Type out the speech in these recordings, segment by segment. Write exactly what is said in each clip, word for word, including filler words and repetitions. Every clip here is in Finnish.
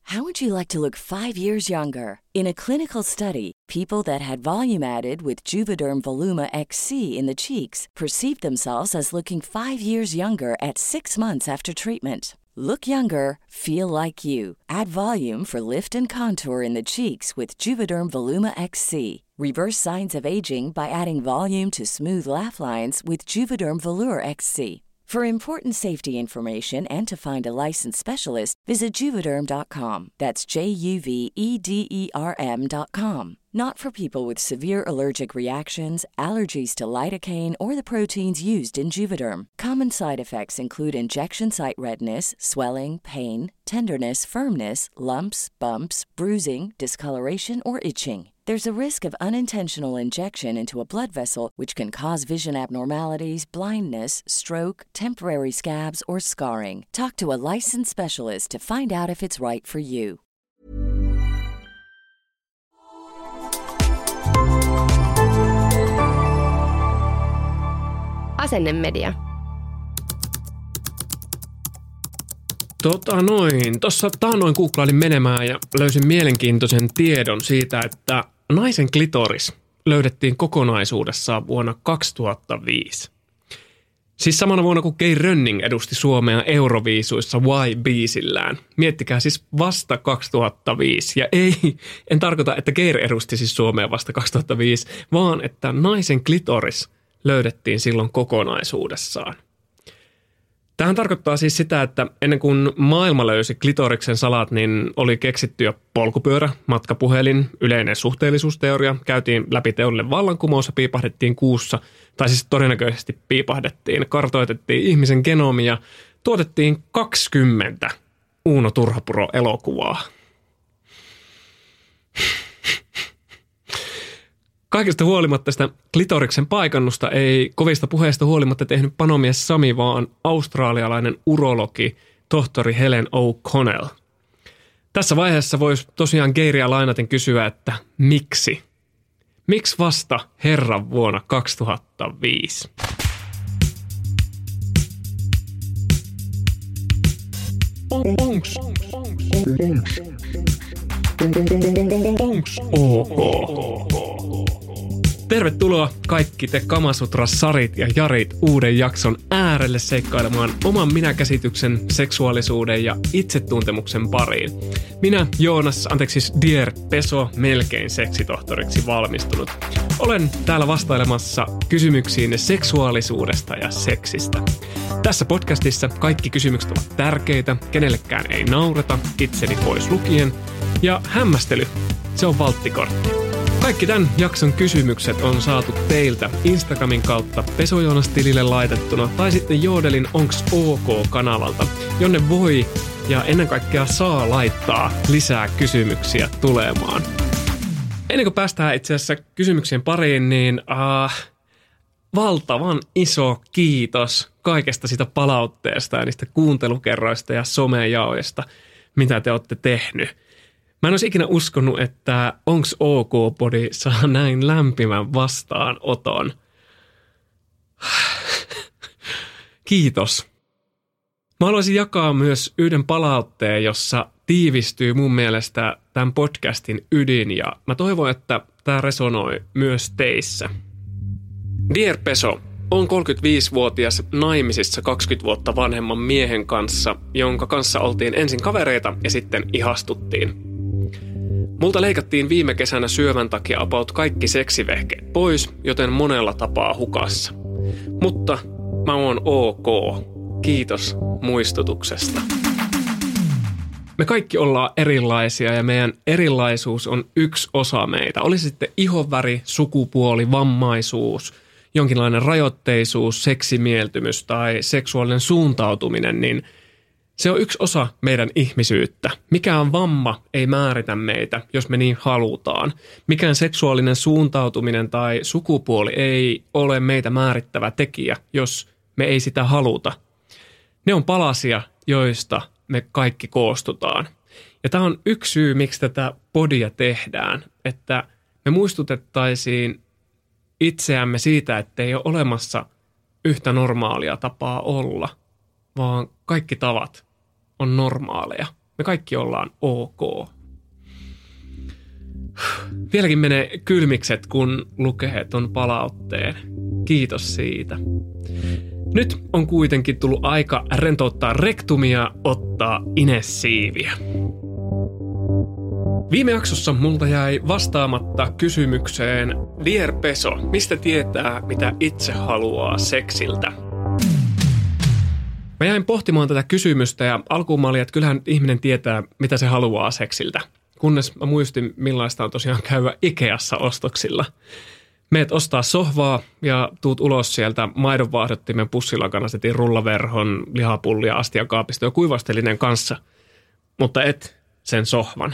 How would you like to look five years younger? In a clinical study, people that had volume added with Juvederm Voluma X C in the cheeks perceived themselves as looking five years younger at six months after treatment. Look younger, feel like you. Add volume for lift and contour in the cheeks with Juvederm Voluma X C. Reverse signs of aging by adding volume to smooth laugh lines with Juvederm Volure X C. For important safety information and to find a licensed specialist, visit Juvederm dot com. That's J U V E D E R M dot com. Not for people with severe allergic reactions, allergies to lidocaine, or the proteins used in Juvederm. Common side effects include injection site redness, swelling, pain, tenderness, firmness, lumps, bumps, bruising, discoloration, or itching. There's a risk of unintentional injection into a blood vessel, which can cause vision abnormalities, blindness, stroke, temporary scabs, or scarring. Talk to a licensed specialist to find out if it's right for you. Asennemedia. Tota noin, tossa taannoin googlailin menemään ja löysin mielenkiintoisen tiedon siitä, että naisen klitoris löydettiin kokonaisuudessaan vuonna kaksituhattaviisi. Siis samana vuonna kuin Kay Rönning edusti Suomea Euroviisuissa Y-biisillään. Miettikää siis vasta kaksituhattaviisi. Ja ei, en tarkoita, että Kay edusti siis Suomea vasta kaksituhattaviisi, vaan että naisen klitoris löydettiin silloin kokonaisuudessaan. Tämähän tarkoittaa siis sitä, että ennen kuin maailma löysi klitoriksen salat, niin oli keksitty jo polkupyörä, matkapuhelin, yleinen suhteellisuusteoria, käytiin läpi teollinen vallankumous ja piipahdettiin kuussa, tai siis todennäköisesti piipahdettiin, kartoitettiin ihmisen genomia, tuotettiin kaksikymmentä Uuno Turhapuro-elokuvaa. Kaikesta huolimatta sitä klitoriksen paikannusta ei kovista puheista huolimatta tehnyt panomies Sami, vaan australialainen urologi, tohtori Helen O'Connell. Tässä vaiheessa voisi tosiaan Geiria lainaten kysyä, että miksi? Miksi vasta herran vuonna kaksituhattaviisi? Onks? Onks? Ok. Tervetuloa kaikki te Kamasutra-sarit ja jarit uuden jakson äärelle seikkailemaan oman minäkäsityksen, seksuaalisuuden ja itsetuntemuksen pariin. Minä, Joonas, anteeksi siis Dear Peso, melkein seksitohtoriksi valmistunut. Olen täällä vastailemassa kysymyksiin seksuaalisuudesta ja seksistä. Tässä podcastissa kaikki kysymykset ovat tärkeitä, kenellekään ei naureta, itseni pois lukien, ja hämmästely, se on valttikortti. Kaikki tämän jakson kysymykset on saatu teiltä Instagramin kautta Pesojoonas-tilille laitettuna tai sitten Joodelin Onks OK-kanavalta, jonne voi ja ennen kaikkea saa laittaa lisää kysymyksiä tulemaan. Ennen kuin päästään itse asiassa kysymyksien pariin, niin äh, valtavan iso kiitos kaikesta sitä palautteesta ja niistä kuuntelukerroista ja somejaoista, mitä te olette tehnyt. Mä en olisi ikinä uskonut, että Onks OK-podi saa näin lämpimän vastaanoton. Kiitos. Mä haluaisin jakaa myös yhden palautteen, jossa tiivistyy mun mielestä tämän podcastin ydin, ja mä toivon, että tämä resonoi myös teissä. Dear Peso, on kolmekymmentäviisivuotias naimisissa kaksikymmentä vuotta vanhemman miehen kanssa, jonka kanssa oltiin ensin kavereita ja sitten ihastuttiin. Multa leikattiin viime kesänä syövän takia about kaikki seksivehkeet pois, joten monella tapaa hukassa. Mutta mä oon ok. Kiitos muistutuksesta. Me kaikki ollaan erilaisia ja meidän erilaisuus on yksi osa meitä. Oli sitten ihonväri, sukupuoli, vammaisuus, jonkinlainen rajoitteisuus, seksimieltymys tai seksuaalinen suuntautuminen, niin se on yksi osa meidän ihmisyyttä. Mikään vamma ei määritä meitä, jos me niin halutaan. Mikään seksuaalinen suuntautuminen tai sukupuoli ei ole meitä määrittävä tekijä, jos me ei sitä haluta. Ne on palasia, joista me kaikki koostutaan. Ja tämä on yksi syy, miksi tätä podia tehdään, että me muistutettaisiin itseämme siitä, että ei ole olemassa yhtä normaalia tapaa olla, vaan kaikki tavat on normaaleja. Me kaikki ollaan ok. Vieläkin menee kylmikset, kun lukee ton palautteen. Kiitos siitä. Nyt on kuitenkin tullut aika rentouttaa rektumia, ottaa inessiiviä. Viime jaksossa multa jäi vastaamatta kysymykseen Vierpeso, mistä tietää, mitä itse haluaa seksiltä? Mä jäin pohtimaan tätä kysymystä ja alkuun mä olin, että kyllähän ihminen tietää, mitä se haluaa seksiltä. Kunnes mä muistin, millaista on tosiaan käydä Ikeassa ostoksilla. Meet ostaa sohvaa ja tuut ulos sieltä maidonvaahdottimen pussilakanasetin rullaverhon, lihapullia, astiakaapista ja kuivastelinen kanssa, mutta et sen sohvan.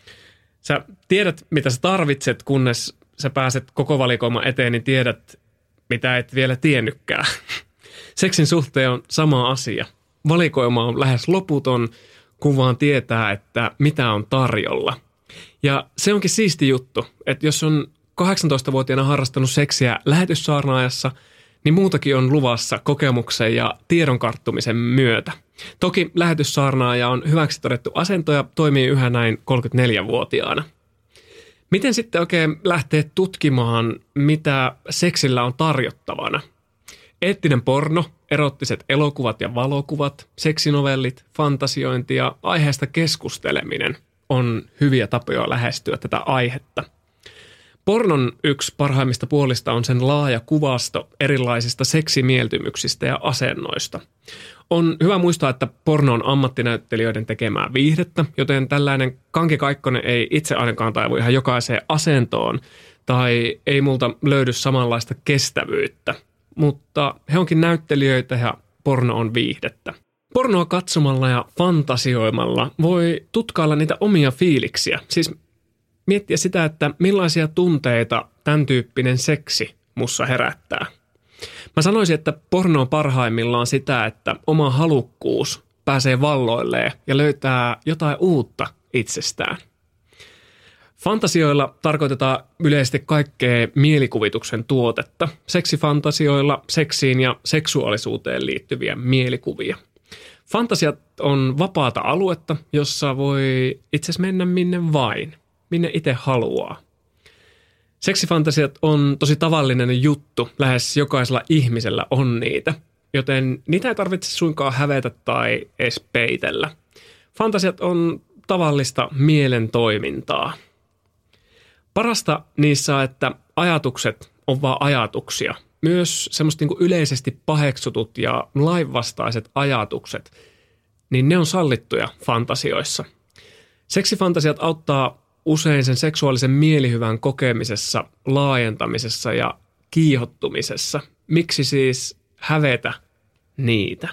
Sä tiedät, mitä sä tarvitset, kunnes sä pääset koko valikoiman eteen, niin tiedät, mitä et vielä tiennytkään. Seksin suhteen on sama asia. Valikoima on lähes loputon, kun vaan tietää, että mitä on tarjolla. Ja se onkin siisti juttu, että jos on kahdeksantoistavuotiaana harrastanut seksiä lähetyssaarnaajassa, niin muutakin on luvassa kokemuksen ja tiedon karttumisen myötä. Toki lähetyssaarnaaja on hyväksi todettu asento ja toimii yhä näin kolmekymmentäneljävuotiaana. Miten sitten oikein lähtee tutkimaan, mitä seksillä on tarjottavana? Eettinen porno, erottiset elokuvat ja valokuvat, seksinovellit, fantasiointi ja aiheesta keskusteleminen on hyviä tapoja lähestyä tätä aihetta. Pornon yksi parhaimmista puolista on sen laaja kuvasto erilaisista seksimieltymyksistä ja asennoista. On hyvä muistaa, että porno on ammattinäyttelijöiden tekemää viihdettä, joten tällainen Kanki Kaikkonen ei itse ainakaan taivu ihan jokaiseen asentoon tai ei multa löydy samanlaista kestävyyttä. Mutta he onkin näyttelijöitä ja porno on viihdettä. Pornoa katsomalla ja fantasioimalla voi tutkailla niitä omia fiiliksiä, siis miettiä sitä, että millaisia tunteita tämän tyyppinen seksi mussa herättää. Mä sanoisin, että porno on parhaimmillaan sitä, että oma halukkuus pääsee valloilleen ja löytää jotain uutta itsestään. Fantasioilla tarkoitetaan yleisesti kaikkea mielikuvituksen tuotetta. Seksifantasioilla seksiin ja seksuaalisuuteen liittyviä mielikuvia. Fantasiat on vapaata aluetta, jossa voi itse asiassa mennä minne vain, minne itse haluaa. Seksifantasiat on tosi tavallinen juttu, lähes jokaisella ihmisellä on niitä, joten niitä ei tarvitse suinkaan hävetä tai edes peitellä. Fantasiat on tavallista mielen toimintaa. Parasta niissä on, että ajatukset on vaan ajatuksia. Myös semmoista niin kuin yleisesti paheksutut ja lainvastaiset ajatukset, niin ne on sallittuja fantasioissa. Seksifantasiat auttaa usein sen seksuaalisen mielihyvän kokemisessa, laajentamisessa ja kiihottumisessa. Miksi siis hävetä niitä?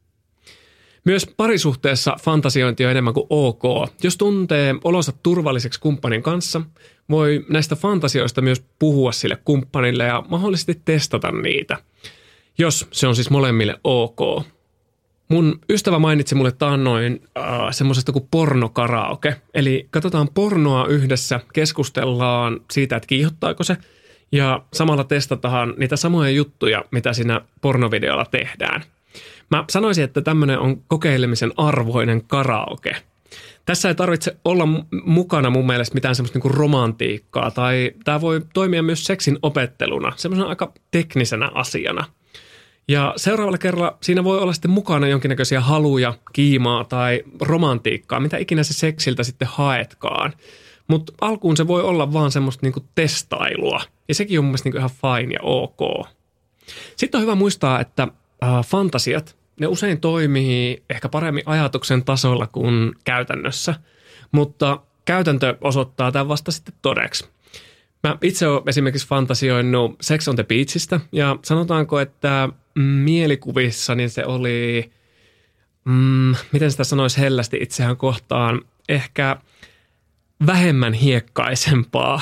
Myös parisuhteessa fantasiointi on enemmän kuin ok. Jos tuntee olonsa turvalliseksi kumppanin kanssa, voi näistä fantasioista myös puhua sille kumppanille ja mahdollisesti testata niitä, jos se on siis molemmille ok. Mun ystävä mainitsi mulle taannoin äh, semmoisesta kuin pornokaraoke. Eli katsotaan pornoa yhdessä, keskustellaan siitä, että kiihottaako se, ja samalla testataan niitä samoja juttuja, mitä siinä pornovideolla tehdään. Mä sanoisin, että tämmöinen on kokeilemisen arvoinen karaoke. Tässä ei tarvitse olla mukana mun mielestä mitään semmoista niinku romantiikkaa, tai tämä voi toimia myös seksin opetteluna, semmoisena aika teknisenä asiana. Ja seuraavalla kerralla siinä voi olla sitten mukana jonkinnäköisiä haluja, kiimaa tai romantiikkaa, mitä ikinä se seksiltä sitten haetkaan. Mutta alkuun se voi olla vaan semmoista niinku testailua, ja sekin on mun mielestä niinku ihan fine ja ok. Sitten on hyvä muistaa, että äh, fantasiat, ne usein toimii ehkä paremmin ajatuksen tasolla kuin käytännössä, mutta käytäntö osoittaa tämän vasta sitten todeksi. Mä itse olen esimerkiksi fantasioinut Sex on the Beachistä, ja sanotaanko, että mielikuvissa niin se oli, mm, miten sitä sanoisi hellästi itseään kohtaan, ehkä vähemmän hiekkaisempaa.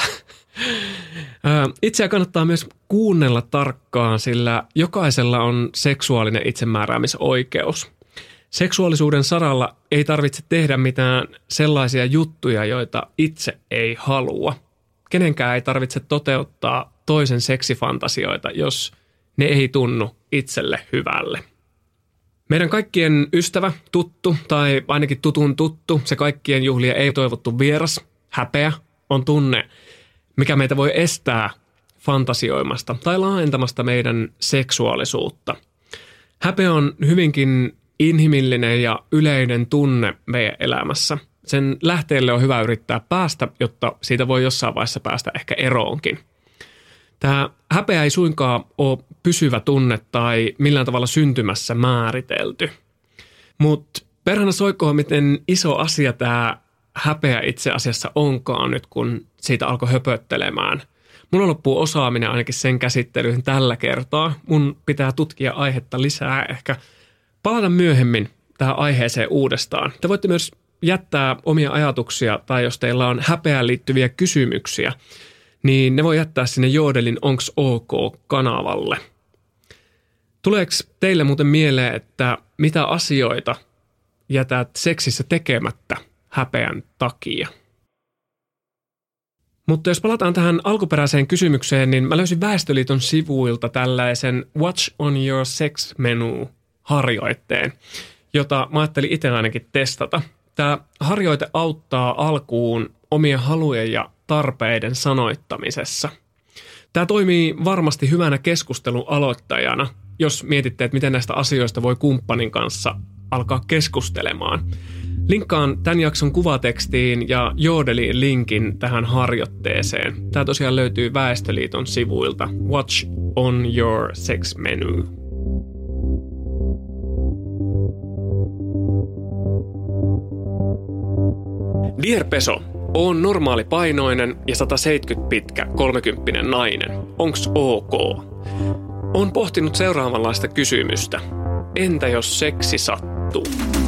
Itseä kannattaa myös kuunnella tarkkaan, sillä jokaisella on seksuaalinen itsemääräämisoikeus. Seksuaalisuuden saralla ei tarvitse tehdä mitään sellaisia juttuja, joita itse ei halua. Kenenkään ei tarvitse toteuttaa toisen seksifantasioita, jos ne ei tunnu itselle hyvälle. Meidän kaikkien ystävä, tuttu tai ainakin tutun tuttu, se kaikkien juhlien ei toivottu vieras, häpeä, on tunne, mikä meitä voi estää fantasioimasta tai laajentamasta meidän seksuaalisuutta. Häpeä on hyvinkin inhimillinen ja yleinen tunne meidän elämässä. Sen lähteelle on hyvä yrittää päästä, jotta siitä voi jossain vaiheessa päästä ehkä eroonkin. Tämä häpeä ei suinkaan ole pysyvä tunne tai millään tavalla syntymässä määritelty. Mutta perhana soikoon, miten iso asia tämä häpeä itse asiassa onkaan nyt, kun siitä alkoi höpöttelemään. Mulla loppuu osaaminen ainakin sen käsittelyyn tällä kertaa. Mun pitää tutkia aihetta lisää, ehkä palata myöhemmin tähän aiheeseen uudestaan. Te voitte myös jättää omia ajatuksia tai jos teillä on häpeään liittyviä kysymyksiä, niin ne voi jättää sinne Joodelin Onks OK-kanavalle. Tuleeko teille muuten mieleen, että mitä asioita jätät seksissä tekemättä häpeän takia? Mutta jos palataan tähän alkuperäiseen kysymykseen, niin mä löysin Väestöliiton sivuilta tällaisen Watch on your sex menu -harjoitteen, jota mä ajattelin itse ainakin testata. Tämä harjoite auttaa alkuun omien halujen ja tarpeiden sanoittamisessa. Tämä toimii varmasti hyvänä keskustelun aloittajana, jos mietitte, että miten näistä asioista voi kumppanin kanssa alkaa keskustelemaan. Linkkaan tämän jakson kuvatekstiin ja Joodeliin linkin tähän harjoitteeseen. Tämä tosiaan löytyy Väestöliiton sivuilta. Watch on your sex menu. Dear Peso, oon normaali painoinen ja sata seitsemänkymmentä pitkä kolmekymppinen nainen. Onks ok? Oon pohtinut seuraavanlaista kysymystä. Entä jos seksi sattuu?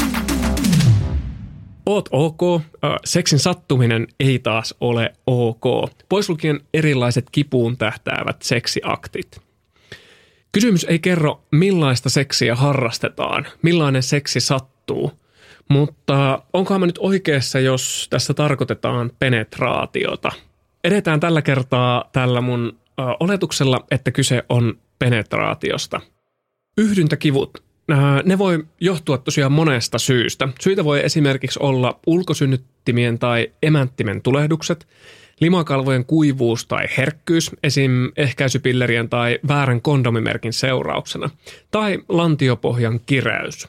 Oot ok, seksin sattuminen ei taas ole ok. Pois lukien erilaiset kipuun tähtäävät seksiaktit. Kysymys ei kerro, millaista seksiä harrastetaan, millainen seksi sattuu, mutta onkohan mä nyt oikeassa, jos tässä tarkoitetaan penetraatiota? Edetään tällä kertaa tällä mun ö, oletuksella, että kyse on penetraatiosta. Yhdyntäkivut. Ne voi johtua tosiaan monesta syystä. Syitä voi esimerkiksi olla ulkosynnyttimien tai emänttimen tulehdukset, limakalvojen kuivuus tai herkkyys, esim. Ehkäisypillerien tai väärän kondomimerkin seurauksena, tai lantiopohjan kireys.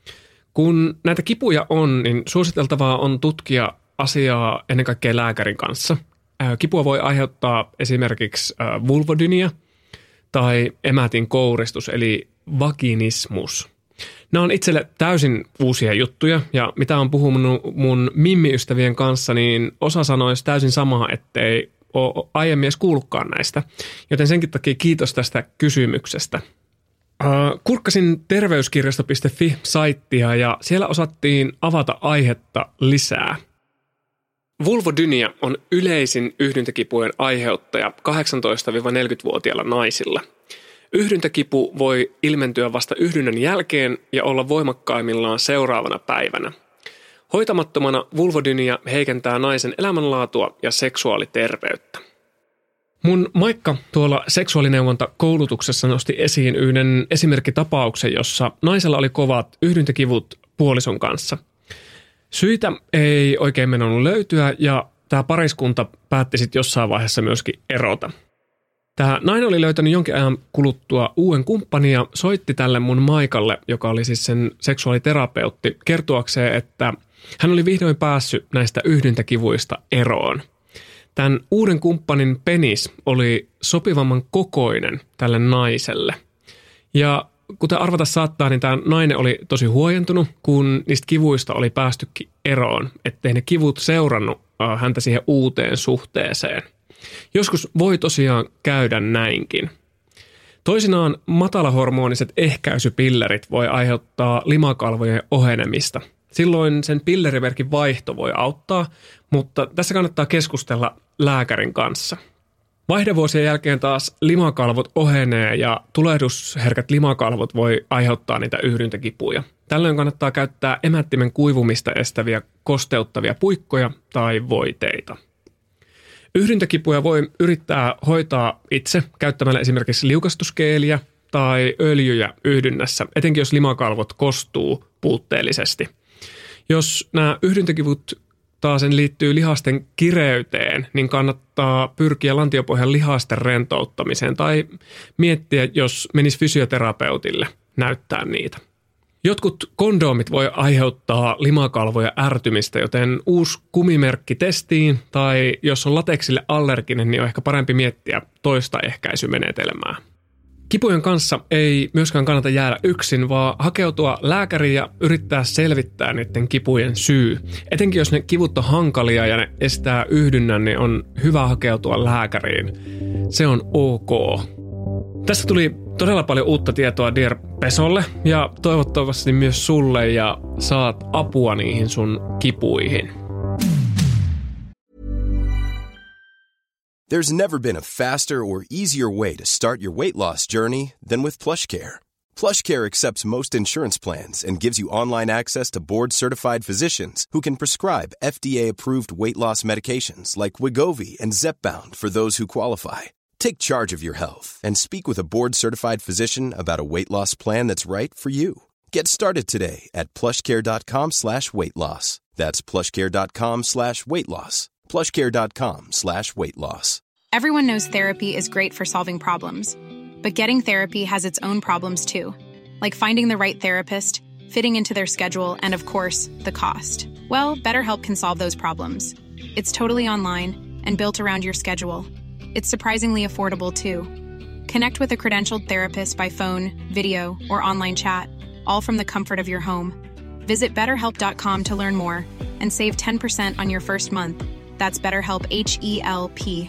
Kun näitä kipuja on, niin suositeltavaa on tutkia asiaa ennen kaikkea lääkärin kanssa. Kipua voi aiheuttaa esimerkiksi vulvodynia tai emätin kouristus, eli vaginismus. Nämä on itselle täysin uusia juttuja, ja mitä on puhunut mun mimmiystävien kanssa, niin osa sanoisi täysin samaa, ettei ole aiemmin edes kuullutkaan näistä. Joten senkin takia kiitos tästä kysymyksestä. Uh, kurkkasin terveyskirjasto piste fi-saittia ja siellä osattiin avata aihetta lisää. Vulvodynia on yleisin yhdyntäkipujen aiheuttaja kahdeksantoista–neljäkymmentävuotiailla naisilla. Yhdyntäkipu voi ilmentyä vasta yhdynnän jälkeen ja olla voimakkaimmillaan seuraavana päivänä. Hoitamattomana vulvodynia heikentää naisen elämänlaatua ja seksuaaliterveyttä. Mun Maikka tuolla seksuaalineuvontakoulutuksessa nosti esiin yhden esimerkkitapauksen, jossa naisella oli kovat yhdyntäkivut puolison kanssa. Syitä ei oikein mennyt löytyä ja tämä pariskunta päätti sitten jossain vaiheessa myöskin erota. Tämä nainen oli löytänyt jonkin ajan kuluttua uuden kumppanin ja soitti tälle mun Maikalle, joka oli siis sen seksuaaliterapeutti, kertoakseen, että hän oli vihdoin päässyt näistä yhdyntäkivuista eroon. Tämän uuden kumppanin penis oli sopivamman kokoinen tälle naiselle. Ja kuten arvata saattaa, niin tämä nainen oli tosi huojentunut, kun niistä kivuista oli päästykin eroon, ettei ne kivut seurannut häntä siihen uuteen suhteeseen. Joskus voi tosiaan käydä näinkin. Toisinaan matalahormoniset ehkäisypillerit voi aiheuttaa limakalvojen ohenemista. Silloin sen pillerimerkin vaihto voi auttaa, mutta tässä kannattaa keskustella lääkärin kanssa. Vaihdevuosien jälkeen taas limakalvot ohenee ja tulehdusherkät limakalvot voi aiheuttaa niitä yhdyntäkipuja. Tällöin kannattaa käyttää emättimen kuivumista estäviä kosteuttavia puikkoja tai voiteita. Yhdyntäkipuja voi yrittää hoitaa itse käyttämällä esimerkiksi liukastuskeeliä tai öljyjä yhdynnässä, etenkin jos limakalvot kostuu puutteellisesti. Jos nämä yhdyntäkivut taasen liittyy lihasten kireyteen, niin kannattaa pyrkiä lantiopohjan lihasten rentouttamiseen tai miettiä, jos menisi fysioterapeutille näyttää niitä. Jotkut kondoomit voi aiheuttaa limakalvoja ärtymistä, joten uusi kumimerkki testiin tai jos on lateksille allerginen, niin on ehkä parempi miettiä toista ehkäisymenetelmää. Kipujen kanssa ei myöskään kannata jäädä yksin, vaan hakeutua lääkäriin ja yrittää selvittää niiden kipujen syy. Etenkin jos ne kivut on hankalia ja ne estää yhdynnän, niin on hyvä hakeutua lääkäriin. Se on ok. Tässä tuli todella paljon uutta tietoa Dear Pesolle ja toivottavasti myös sulle ja saat apua niihin sun kipuihin. There's never been a faster or easier way to start your weight loss journey than with PlushCare. PlushCare accepts most insurance plans and gives you online access to board-certified physicians who can prescribe F D A-approved weight loss medications like Wegovy and Zepbound for those who qualify. Take charge of your health and speak with a board-certified physician about a weight loss plan that's right for you. Get started today at plushcare.com slash weight loss. That's plushcare.com slash weight loss. plushcare.com slash weight loss. Everyone knows therapy is great for solving problems, but getting therapy has its own problems too, like finding the right therapist, fitting into their schedule, and of course, the cost. Well, BetterHelp can solve those problems. It's totally online and built around your schedule. It's surprisingly affordable too. Connect with a credentialed therapist by phone, video, or online chat, all from the comfort of your home. Visit better help dot com to learn more and save ten percent on your first month. That's BetterHelp, H E L P.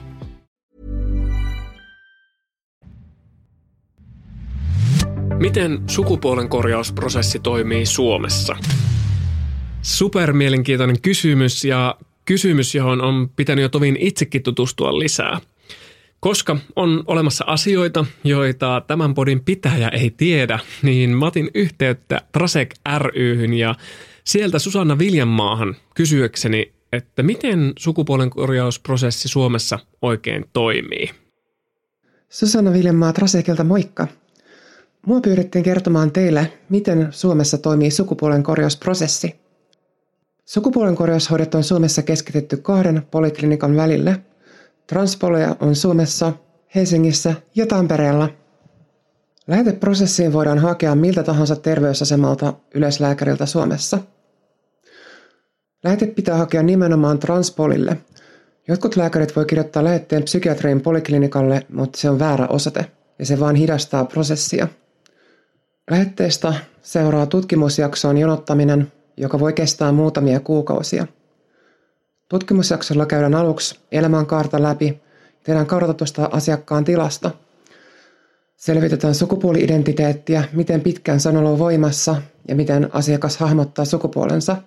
Miten sukupuolenkorjausprosessi toimii Suomessa? Supermielenkiintoinen kysymys ja kysymys, johon on pitänyt jo tovin itsekin tutustua lisää. Koska on olemassa asioita, joita tämän podin pitäjä ei tiedä, niin mä otin yhteyttä Trasek ry:hyn ja sieltä Susanna Viljanmaahan kysyäkseni, että miten sukupuolenkorjausprosessi Suomessa oikein toimii. Susanna Viljanmaa Trasekilta, moikka. Mua pyydettiin kertomaan teille, miten Suomessa toimii sukupuolenkorjausprosessi. Sukupuolenkorjaushoidot on Suomessa keskitetty kahden poliklinikan välille. Transpoleja on Suomessa, Helsingissä ja Tampereella. Läheteprosessiin voidaan hakea miltä tahansa terveysasemalta yleislääkäriltä Suomessa. Lähete pitää hakea nimenomaan Transpolille. Jotkut lääkärit voi kirjoittaa lähetteen psykiatriin poliklinikalle, mutta se on väärä osoite ja se vaan hidastaa prosessia. Lähetteestä seuraa tutkimusjaksoon jonottaminen, joka voi kestää muutamia kuukausia. Tutkimusjaksolla käydään aluksi elämänkaarta läpi, tehdään kartoitusta asiakkaan tilasta. Selvitetään sukupuoli-identiteettiä, miten pitkään se on ollut voimassa ja miten asiakas hahmottaa sukupuolensa.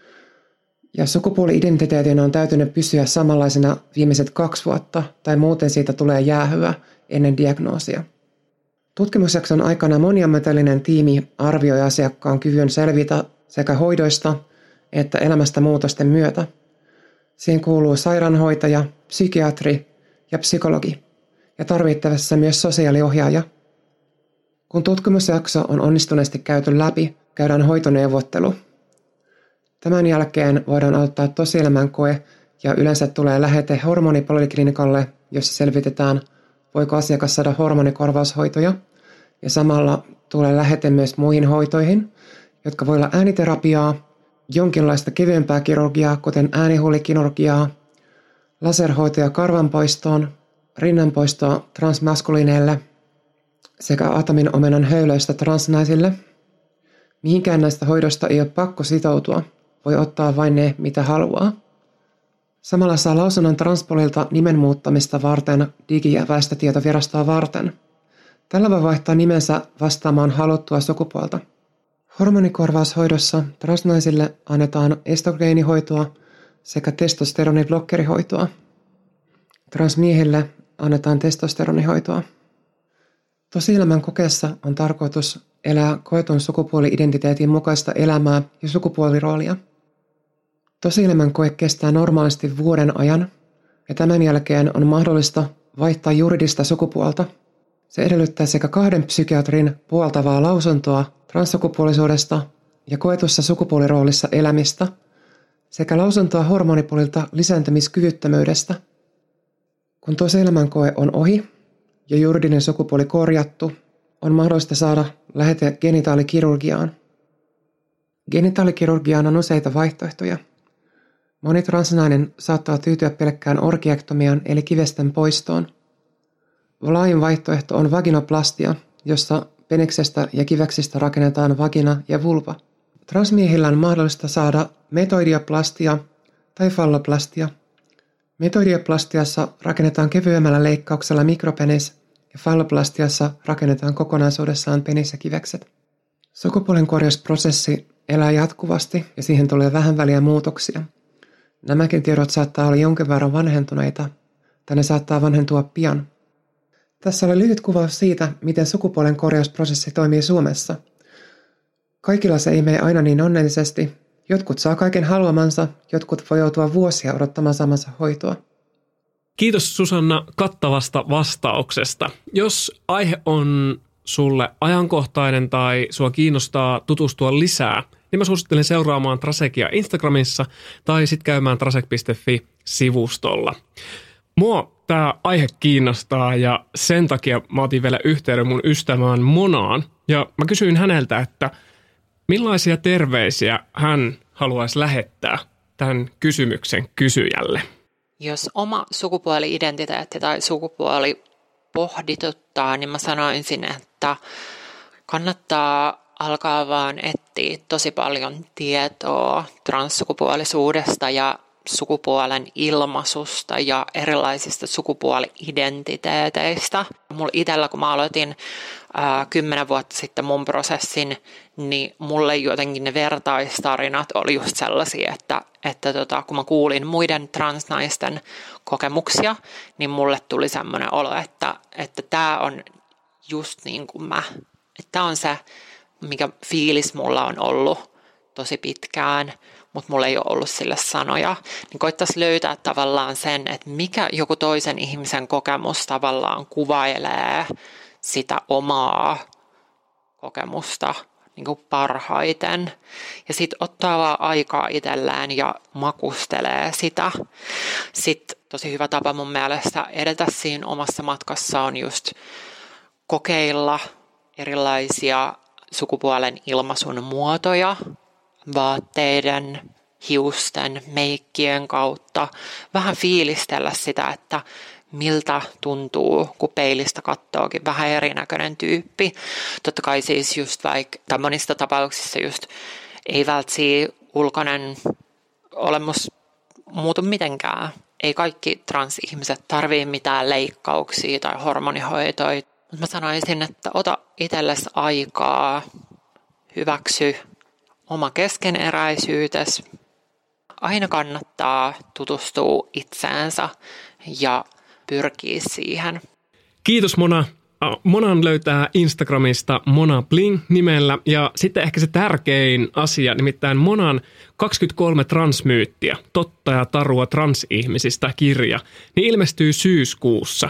Ja sukupuoli-identiteetin on täytynyt pysyä samanlaisena viimeiset kaksi vuotta tai muuten siitä tulee jäähyä ennen diagnoosia. Tutkimusjakson aikana moniammatillinen tiimi arvioi asiakkaan kyvyn selvitä sekä hoidoista että elämästä muutosten myötä. Siihen kuuluu sairaanhoitaja, psykiatri ja psykologi ja tarvittavassa myös sosiaaliohjaaja. Kun tutkimusjakso on onnistuneesti käyty läpi, käydään hoitoneuvottelu. Tämän jälkeen voidaan aloittaa tosielämän koe ja yleensä tulee lähete hormonipoliklinikalle, jossa selvitetään, voiko asiakas saada hormonikorvaushoitoja. Ja samalla tulee lähete myös muihin hoitoihin, jotka voi olla ääniterapiaa, jonkinlaista kevyempää kirurgiaa, kuten äänihuulikirurgiaa, laserhoitoja karvanpoistoon, rinnanpoistoa transmaskuliineille sekä atomin omenan höylöistä transnaisille. Mihinkään näistä hoidosta ei ole pakko sitoutua, voi ottaa vain ne, mitä haluaa. Samalla saa lausunnon Transpolilta nimen muuttamista varten Digi- ja väestötietovirastoa varten. Tällä voi vaihtaa nimensä vastaamaan haluttua sukupuolta. Hormonikorvaushoidossa transnaisille annetaan estrogeenihoitoa sekä testosteroniblokkerihoitoa. Transmiehille annetaan testosteronihoitoa. Tosielämän kokeessa on tarkoitus elää koetun sukupuoli-identiteetin mukaista elämää ja sukupuoliroolia. Tosielämän koe kestää normaalisti vuoden ajan ja tämän jälkeen on mahdollista vaihtaa juridista sukupuolta. Se edellyttää sekä kahden psykiatrin puoltavaa lausuntoa transsukupuolisuudesta ja koetussa sukupuoliroolissa elämistä sekä lausuntoa hormonipuolilta lisääntymiskyvyttömyydestä. Kun tuo elämänkoe on ohi ja juridinen sukupuoli korjattu, on mahdollista saada lähete genitaalikirurgiaan. Genitaalikirurgiaan on useita vaihtoehtoja. Moni transnainen saattaa tyytyä pelkkään orkiektomiaan eli kivesten poistoon. Laajin vaihtoehto on vaginoplastia, jossa peniksestä ja kiveksistä rakennetaan vagina ja vulva. Transmiehillä on mahdollista saada metoidioplastia tai falloplastia. Metoidioplastiassa rakennetaan kevyemmällä leikkauksella mikropenis ja falloplastiassa rakennetaan kokonaisuudessaan penis ja kivekset. Sukupuolenkorjausprosessi elää jatkuvasti ja siihen tulee vähän väliä muutoksia. Nämäkin tiedot saattaa olla jonkin verran vanhentuneita, tai ne saattaa vanhentua pian. Tässä oli lyhyt kuvaus siitä, miten sukupuolen korjausprosessi toimii Suomessa. Kaikilla se ei mene aina niin onnellisesti. Jotkut saa kaiken haluamansa, jotkut voi joutua vuosia odottamaan samansa hoitoa. Kiitos Susanna kattavasta vastauksesta. Jos aihe on sulle ajankohtainen tai sua kiinnostaa tutustua lisää, niin mä suosittelen seuraamaan Trasekia Instagramissa tai sitten käymään trasek piste fi-sivustolla. Mua tämä aihe kiinnostaa ja sen takia mä otin vielä yhteyden mun ystävään Monaan. Ja mä kysyin häneltä, että millaisia terveisiä hän haluaisi lähettää tämän kysymyksen kysyjälle. Jos oma sukupuoli-identiteetti tai sukupuoli pohdituttaa, niin mä sanoisin, että kannattaa alkaa vaan etsiä tosi paljon tietoa transsukupuolisuudesta ja sukupuolen ilmaisusta ja erilaisista sukupuoli-identiteeteistä. Mulla itsellä, kun mä aloitin ää, kymmenen vuotta sitten mun prosessin, niin mulle jotenkin ne vertaistarinat oli just sellaisia, että, että tota, kun mä kuulin muiden transnaisten kokemuksia, niin mulle tuli semmoinen olo, että, että tää on just niin kuin mä. Että tää on se, mikä fiilis mulla on ollut tosi pitkään, mutta mulla ei ole ollut sille sanoja, niin koittaisi löytää tavallaan sen, että mikä joku toisen ihmisen kokemus tavallaan kuvailee sitä omaa kokemusta niin kuin parhaiten. Ja sitten ottaa vaan aikaa itselleen ja makustelee sitä. Sitten tosi hyvä tapa mun mielestä edetä siinä omassa matkassa on just kokeilla erilaisia sukupuolen ilmaisun muotoja, vaatteiden, hiusten, meikkien kautta. Vähän fiilistellä sitä, että miltä tuntuu, kun peilistä katsookin vähän erinäköinen tyyppi. Totta kai siis just vaikka, tai monissa tapauksissa just ei välttämättä ulkoinen olemus muutu mitenkään. Ei kaikki transihmiset tarvitse mitään leikkauksia tai hormonihoitoja. Mutta mä sanoisin, että ota itsellesi aikaa, hyväksy oma keskeneräisyytes. Aina kannattaa tutustua itseensä ja pyrkiä siihen. Kiitos Mona. Monan löytää Instagramista Mona Bling nimellä ja sitten ehkä se tärkein asia, nimittäin Monan kaksikymmentäkolme transmyyttiä, totta ja tarua transihmisistä kirja, niin ilmestyy syyskuussa.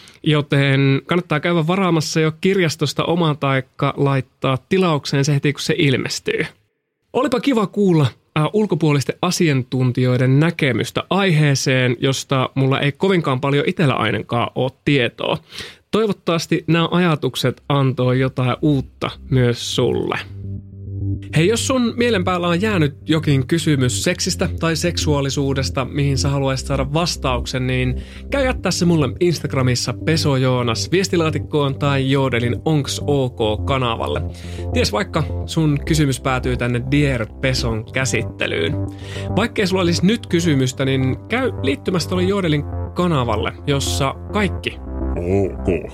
Joten kannattaa käydä varaamassa jo kirjastosta omaa taikka laittaa tilaukseen se heti, kun se ilmestyy. Olipa kiva kuulla äh, ulkopuolisten asiantuntijoiden näkemystä aiheeseen, josta mulla ei kovinkaan paljon itsellä ainakaan ole tietoa. Toivottavasti nämä ajatukset antoi jotain uutta myös sulle. Hei, jos sun mielen päällä on jäänyt jokin kysymys seksistä tai seksuaalisuudesta, mihin sä haluaisit saada vastauksen, niin käy jättää se mulle Instagramissa Peso Joonas viestilaatikkoon tai Joodelin Onks OK-kanavalle. Ties vaikka sun kysymys päätyy tänne Dear Peson käsittelyyn. Vaikkei sulla olisi nyt kysymystä, niin käy liittymässä tuolle Joodelin kanavalle, jossa kaikki OK.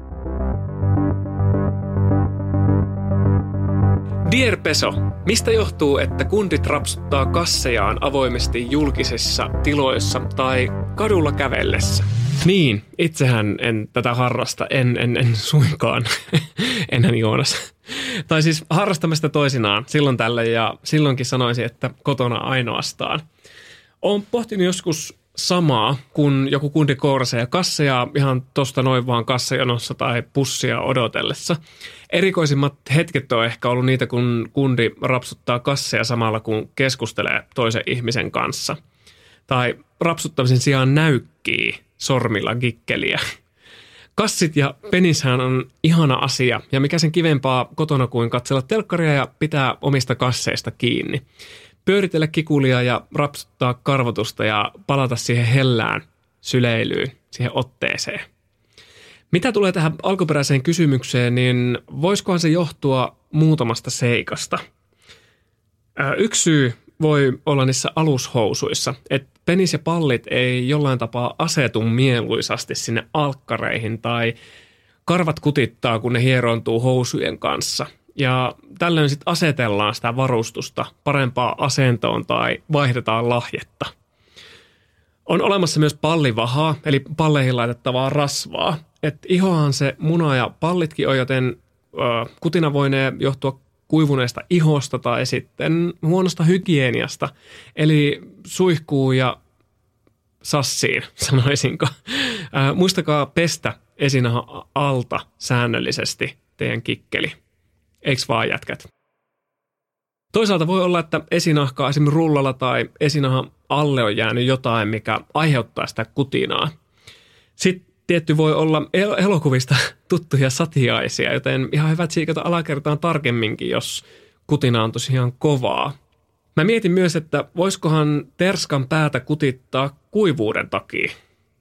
Dear Peso, mistä johtuu, että kundit rapsuttaa kassejaan avoimesti julkisissa tiloissa tai kadulla kävellessä? Niin, itsehän en tätä harrasta, en, en, en suinkaan, enhän Joonas. Tai siis harrastamista toisinaan silloin tällä ja silloinkin sanoisin, että kotona ainoastaan. Olen pohtinut joskus samaa, kun joku kundi koorsee kasseja ihan tosta noin vaan kassajonossa tai pussia odotellessa. Erikoisimmat hetket on ehkä ollut niitä, kun kundi rapsuttaa kasseja samalla, kun keskustelee toisen ihmisen kanssa. Tai rapsuttamisen sijaan näykkii sormilla gikkeliä. Kassit ja penishän on ihana asia, ja mikä sen kivempaa kotona kuin katsella telkkaria ja pitää omista kasseista kiinni. Pyöritellä kikulia ja rapsuttaa karvotusta ja palata siihen hellään syleilyyn, siihen otteeseen. Mitä tulee tähän alkuperäiseen kysymykseen, niin voisikohan se johtua muutamasta seikasta? Yksi syy voi olla niissä alushousuissa, että penis ja pallit ei jollain tapaa asetu mieluisasti sinne alkkareihin tai karvat kutittaa, kun ne hieroontuu housujen kanssa. Ja tällöin sitten asetellaan sitä varustusta parempaan asentoon tai vaihdetaan lahjetta. On olemassa myös pallivahaa, eli palleihin laitettavaa rasvaa. Et ihohan se muna ja pallitkin on, joten ö, kutina voinee johtua kuivuneesta ihosta tai sitten huonosta hygieniasta. Eli suihkuu ja sassiin, sanoisinko. Ö, muistakaa pestä esinahan alta säännöllisesti teidän kikkeli. Eiks vaan jätkät? Toisaalta voi olla, että esinahkaa esimerkiksi rullalla tai esinahan alle on jäänyt jotain, mikä aiheuttaa sitä kutinaa. Sitten tietty voi olla el- elokuvista tuttuja satiaisia, joten ihan hyvä tsiikata alakertaan tarkemminkin, jos kutina on tosiaan kovaa. Mä mietin myös, että voisikohan terskan päätä kutittaa kuivuuden takia.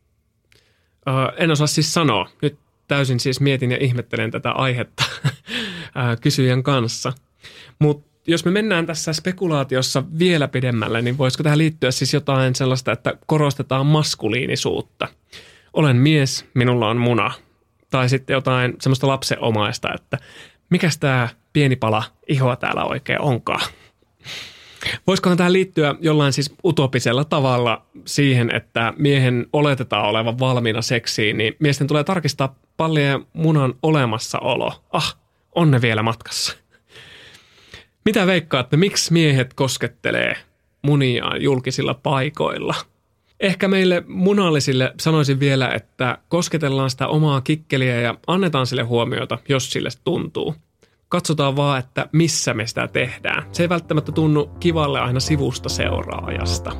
Öö, en osaa siis sanoa. Nyt täysin siis mietin ja ihmettelen tätä aihetta kysyjän kanssa. Mutta jos me mennään tässä spekulaatiossa vielä pidemmälle, niin voisiko tähän liittyä siis jotain sellaista, että korostetaan maskuliinisuutta? Olen mies, minulla on muna. Tai sitten jotain semmoista lapsenomaista, että mikäs tämä pieni pala ihoa täällä oikein onkaan? Voisikohan tähän liittyä jollain siis utopisella tavalla siihen, että miehen oletetaan olevan valmiina seksiin, niin miesten tulee tarkistaa pallien munan olemassaolo. Ah, on ne vielä matkassa. Mitä veikkaatte, miksi miehet koskettelee muniaan julkisilla paikoilla? Ehkä meille munallisille sanoisin vielä, että kosketellaan sitä omaa kikkeliä ja annetaan sille huomiota, jos sille tuntuu. Katsotaan vaan, että missä me sitä tehdään. Se ei välttämättä tunnu kivalle aina sivusta seuraajasta.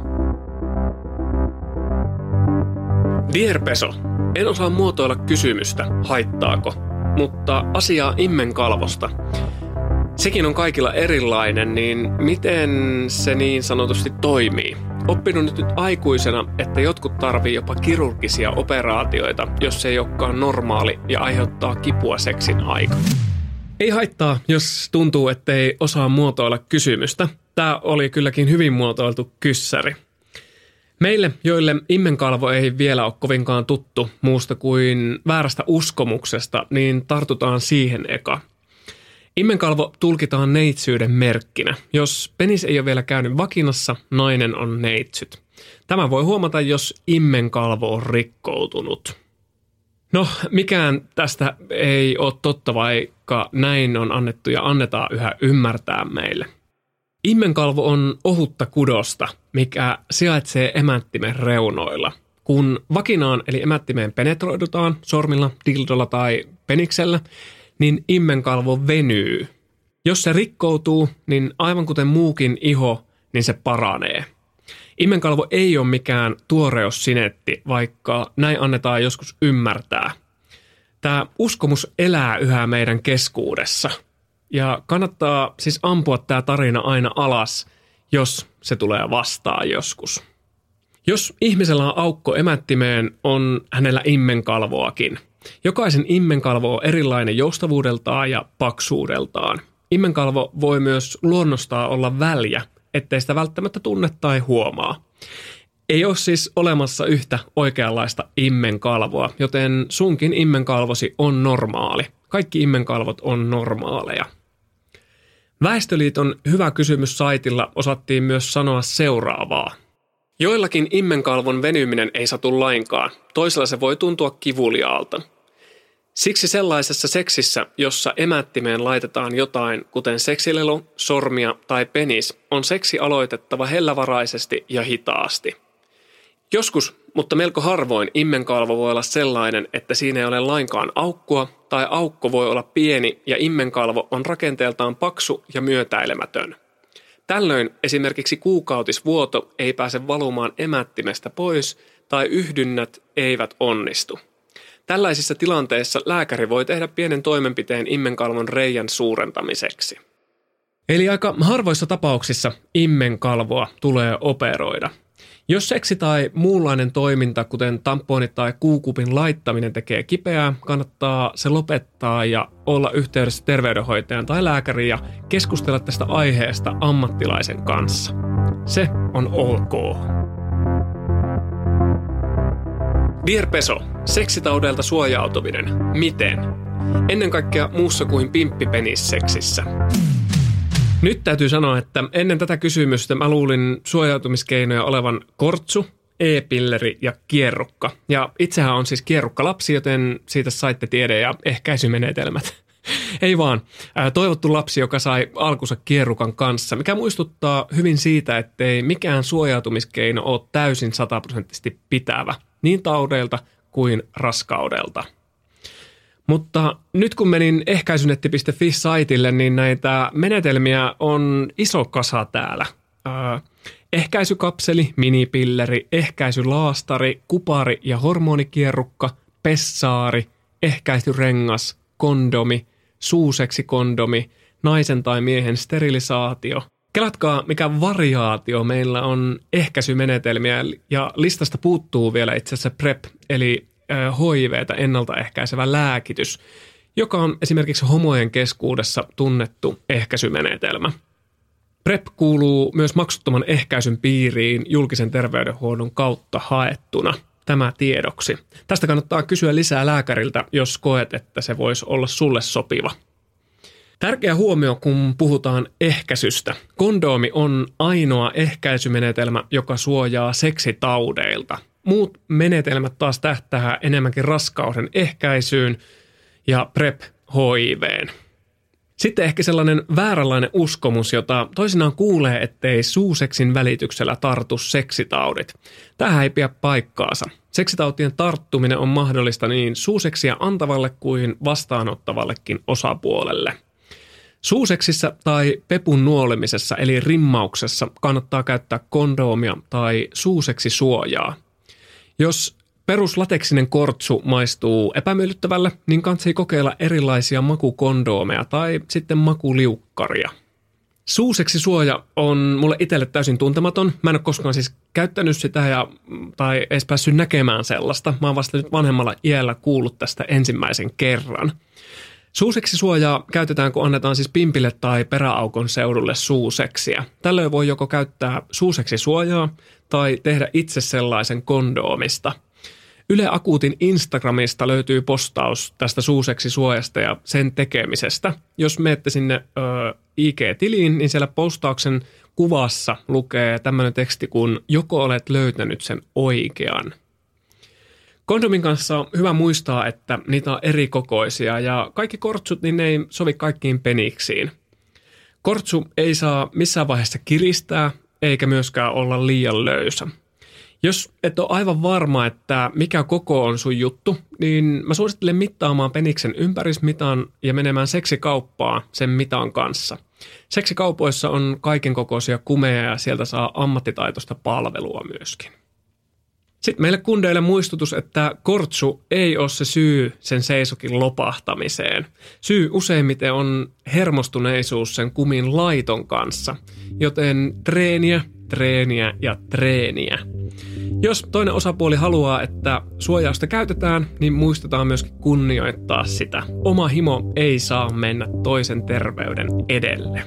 Dear Peso, en osaa muotoilla kysymystä, haittaako, mutta asiaa immenkalvosta. Sekin on kaikilla erilainen, niin miten se niin sanotusti toimii? Oppinut nyt aikuisena, että jotkut tarvii jopa kirurgisia operaatioita, jos se ei olekaan normaali ja aiheuttaa kipua seksin aikana. Ei haittaa, jos tuntuu, ettei osaa muotoilla kysymystä. Tämä oli kylläkin hyvin muotoiltu kyssäri. Meille, joille immenkalvo ei vielä ole kovinkaan tuttu muusta kuin väärästä uskomuksesta, niin tartutaan siihen eka. Immenkalvo tulkitaan neitsyyden merkkinä. Jos penis ei ole vielä käynyt vakinassa, nainen on neitsyt. Tämä voi huomata, jos immenkalvo on rikkoutunut. No, mikään tästä ei ole totta, vaikka näin on annettu ja annetaan yhä ymmärtää meille. Immenkalvo on ohutta kudosta, mikä sijaitsee emättimen reunoilla. Kun vakinaan eli emättimeen penetroidutaan sormilla, dildolla tai peniksellä, niin immenkalvo venyy. Jos se rikkoutuu, niin aivan kuten muukin iho, niin se paranee. Immenkalvo ei ole mikään tuoreussinetti, vaikka näin annetaan joskus ymmärtää. Tämä uskomus elää yhä meidän keskuudessa. Ja kannattaa siis ampua tämä tarina aina alas, jos se tulee vastaan joskus. Jos ihmisellä on aukko emättimeen, on hänellä immenkalvoakin. Jokaisen immenkalvo on erilainen joustavuudeltaan ja paksuudeltaan. Immenkalvo voi myös luonnostaan olla väljä, ettei sitä välttämättä tunne tai huomaa. Ei ole siis olemassa yhtä oikeanlaista immenkalvoa, joten sunkin immenkalvosi on normaali. Kaikki immenkalvot on normaaleja. Väestöliiton Hyvä kysymys -saitilla osattiin myös sanoa seuraavaa. Joillakin immenkalvon venyminen ei satu lainkaan, toisella se voi tuntua kivuliaalta. Siksi sellaisessa seksissä, jossa emättimeen laitetaan jotain, kuten seksilelu, sormia tai penis, on seksi aloitettava hellävaraisesti ja hitaasti. Joskus, mutta melko harvoin immenkalvo voi olla sellainen, että siinä ei ole lainkaan aukkoa, tai aukko voi olla pieni ja immenkalvo on rakenteeltaan paksu ja myötäilemätön. Tällöin esimerkiksi kuukautisvuoto ei pääse valumaan emättimestä pois tai yhdynnät eivät onnistu. Tällaisissa tilanteissa lääkäri voi tehdä pienen toimenpiteen immenkalvon reiän suurentamiseksi. Eli aika harvoissa tapauksissa immenkalvoa tulee operoida. Jos seksi tai muunlainen toiminta, kuten tamponit tai kuukupin laittaminen tekee kipeää, kannattaa se lopettaa ja olla yhteydessä terveydenhoitajan tai lääkäriin ja keskustella tästä aiheesta ammattilaisen kanssa. Se on ok. Dear Peso, seksitaudeilta suojautuminen. Miten? Ennen kaikkea muussa kuin pimppipenisseksissä. Nyt täytyy sanoa, että ennen tätä kysymystä mä luulin suojautumiskeinoja olevan kortsu, e-pilleri ja kierrukka. Ja itsehän on siis kierrukkalapsi, joten siitä saitte tiede- ja ehkäisymenetelmät. Ei vaan. Toivottu lapsi, joka sai alkunsa kierrukan kanssa, mikä muistuttaa hyvin siitä, ettei mikään suojautumiskeino ole täysin sataprosenttisesti pitävä, niin taudeilta kuin raskaudelta. Mutta nyt kun menin ehkäisynetti piste fi-saitille, niin näitä menetelmiä on iso kasa täällä. Äh, ehkäisykapseli, minipilleri, ehkäisylaastari, kupari ja hormonikierrukka, pessaari, ehkäisyrengas, kondomi, suuseksikondomi, naisen tai miehen sterilisaatio. Kelatkaa, mikä variaatio meillä on ehkäisymenetelmiä ja listasta puuttuu vielä itse asiassa PrEP, eli H I V:tä ennaltaehkäisevä lääkitys, joka on esimerkiksi homojen keskuudessa tunnettu ehkäisymenetelmä. PrEP kuuluu myös maksuttoman ehkäisyn piiriin julkisen terveydenhuollon kautta haettuna. Tämä tiedoksi. Tästä kannattaa kysyä lisää lääkäriltä, jos koet, että se voisi olla sulle sopiva. Tärkeä huomio, kun puhutaan ehkäisystä. Kondoomi on ainoa ehkäisymenetelmä, joka suojaa seksitaudeilta. Muut menetelmät taas tähtää enemmänkin raskauden ehkäisyyn ja PrEP H I V:n. Sitten ehkä sellainen vääränlainen uskomus, jota toisinaan kuulee, ettei suuseksin välityksellä tartu seksitaudit. Tähän ei pidä paikkaansa. Seksitautien tarttuminen on mahdollista niin suuseksiä antavalle kuin vastaanottavallekin osapuolelle. Suuseksissä tai pepun nuolemisessa eli rimmauksessa kannattaa käyttää kondoomia tai suuseksisuojaa. Jos peruslateksinen kortsu maistuu epämiellyttävälle, niin kansi kokeilla erilaisia makukondoomeja tai sitten makuliukkaria. Suuseksisuoja on mulle itselle täysin tuntematon. Mä en ole koskaan siis käyttänyt sitä ja, tai edes päässyt näkemään sellaista. Mä oon vasta nyt vanhemmalla iällä kuullut tästä ensimmäisen kerran. Suuseksisuojaa käytetään, kun annetaan siis pimpille tai peräaukon seudulle suuseksiä. Tällöin voi joko käyttää suuseksisuojaa tai tehdä itse sellaisen kondoomista. Yle Akuutin Instagramista löytyy postaus tästä suuseksisuojasta ja sen tekemisestä. Jos menette sinne ö, I G-tiliin, niin siellä postauksen kuvassa lukee tämmöinen teksti kuin joko olet löytänyt sen oikean. Kondomin kanssa on hyvä muistaa, että niitä on eri kokoisia ja kaikki kortsut niin ne ei sovi kaikkiin peniksiin. Kortsu ei saa missään vaiheessa kiristää eikä myöskään olla liian löysä. Jos et ole aivan varma, että mikä koko on sun juttu, niin mä suosittelen mittaamaan peniksen ympärismitan ja menemään seksikauppaan sen mitan kanssa. Seksikaupoissa on kaiken kokoisia kumeja ja sieltä saa ammattitaitoista palvelua myöskin. Sitten meille kundeille muistutus, että kortsu ei ole se syy sen seisokin lopahtamiseen. Syy useimmiten on hermostuneisuus sen kumin laiton kanssa, joten treeniä, treeniä ja treeniä. Jos toinen osapuoli haluaa, että suojausta käytetään, niin muistetaan myöskin kunnioittaa sitä. Oma himo ei saa mennä toisen terveyden edelle.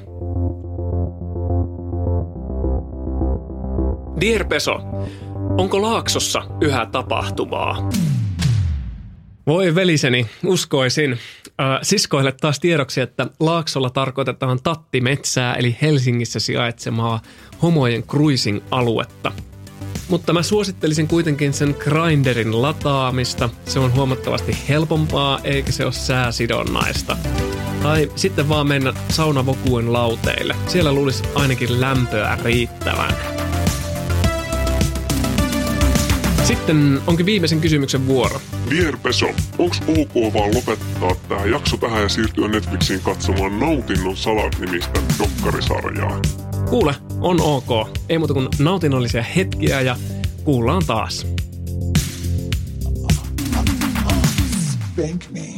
Dear Peso, onko Laaksossa yhä tapahtumaa? Voi veliseni, uskoisin. Äh, siskoille taas tiedoksi, että Laaksolla tarkoitetaan tattimetsää eli Helsingissä sijaitsemaa homojen cruising-aluetta. Mutta mä suosittelisin kuitenkin sen Grindrin lataamista. Se on huomattavasti helpompaa eikä se ole sääsidonnaista. Tai sitten vaan mennä saunavokuen lauteille. Siellä luulisi ainakin lämpöä riittävän. Sitten onkin viimeisen kysymyksen vuoro. Dear Peso, onks ok vaan lopettaa tää jakso tähän ja siirtyä Netflixiin katsomaan Nautinnon salat nimistä dokkarisarjaa? Kuule, on ok. Ei muuta kuin nautinnollisia hetkiä ja kuullaan taas. Spank me.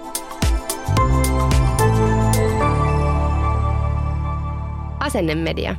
Asennemedia.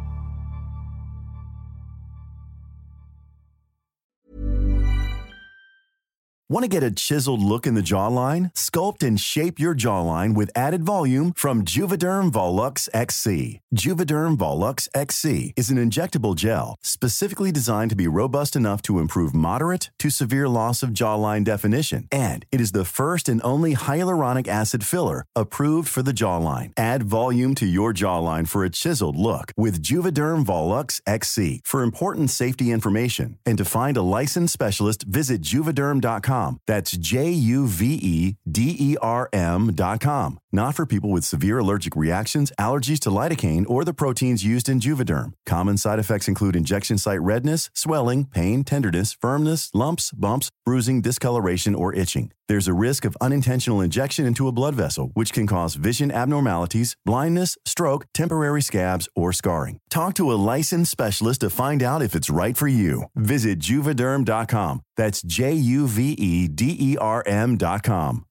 Want to get a chiseled look in the jawline? Sculpt and shape your jawline with added volume from Juvederm Volux X C. Juvederm Volux X C is an injectable gel specifically designed to be robust enough to improve moderate to severe loss of jawline definition. And it is the first and only hyaluronic acid filler approved for the jawline. Add volume to your jawline for a chiseled look with Juvederm Volux X C. For important safety information and to find a licensed specialist, visit juvederm dot com. That's J U V E D E R M dot com. Not for people with severe allergic reactions, allergies to lidocaine, or the proteins used in Juvederm. Common side effects include injection site redness, swelling, pain, tenderness, firmness, lumps, bumps, bruising, discoloration, or itching. There's a risk of unintentional injection into a blood vessel, which can cause vision abnormalities, blindness, stroke, temporary scabs, or scarring. Talk to a licensed specialist to find out if it's right for you. Visit juvederm dot com. That's J U V E D E R M dot com.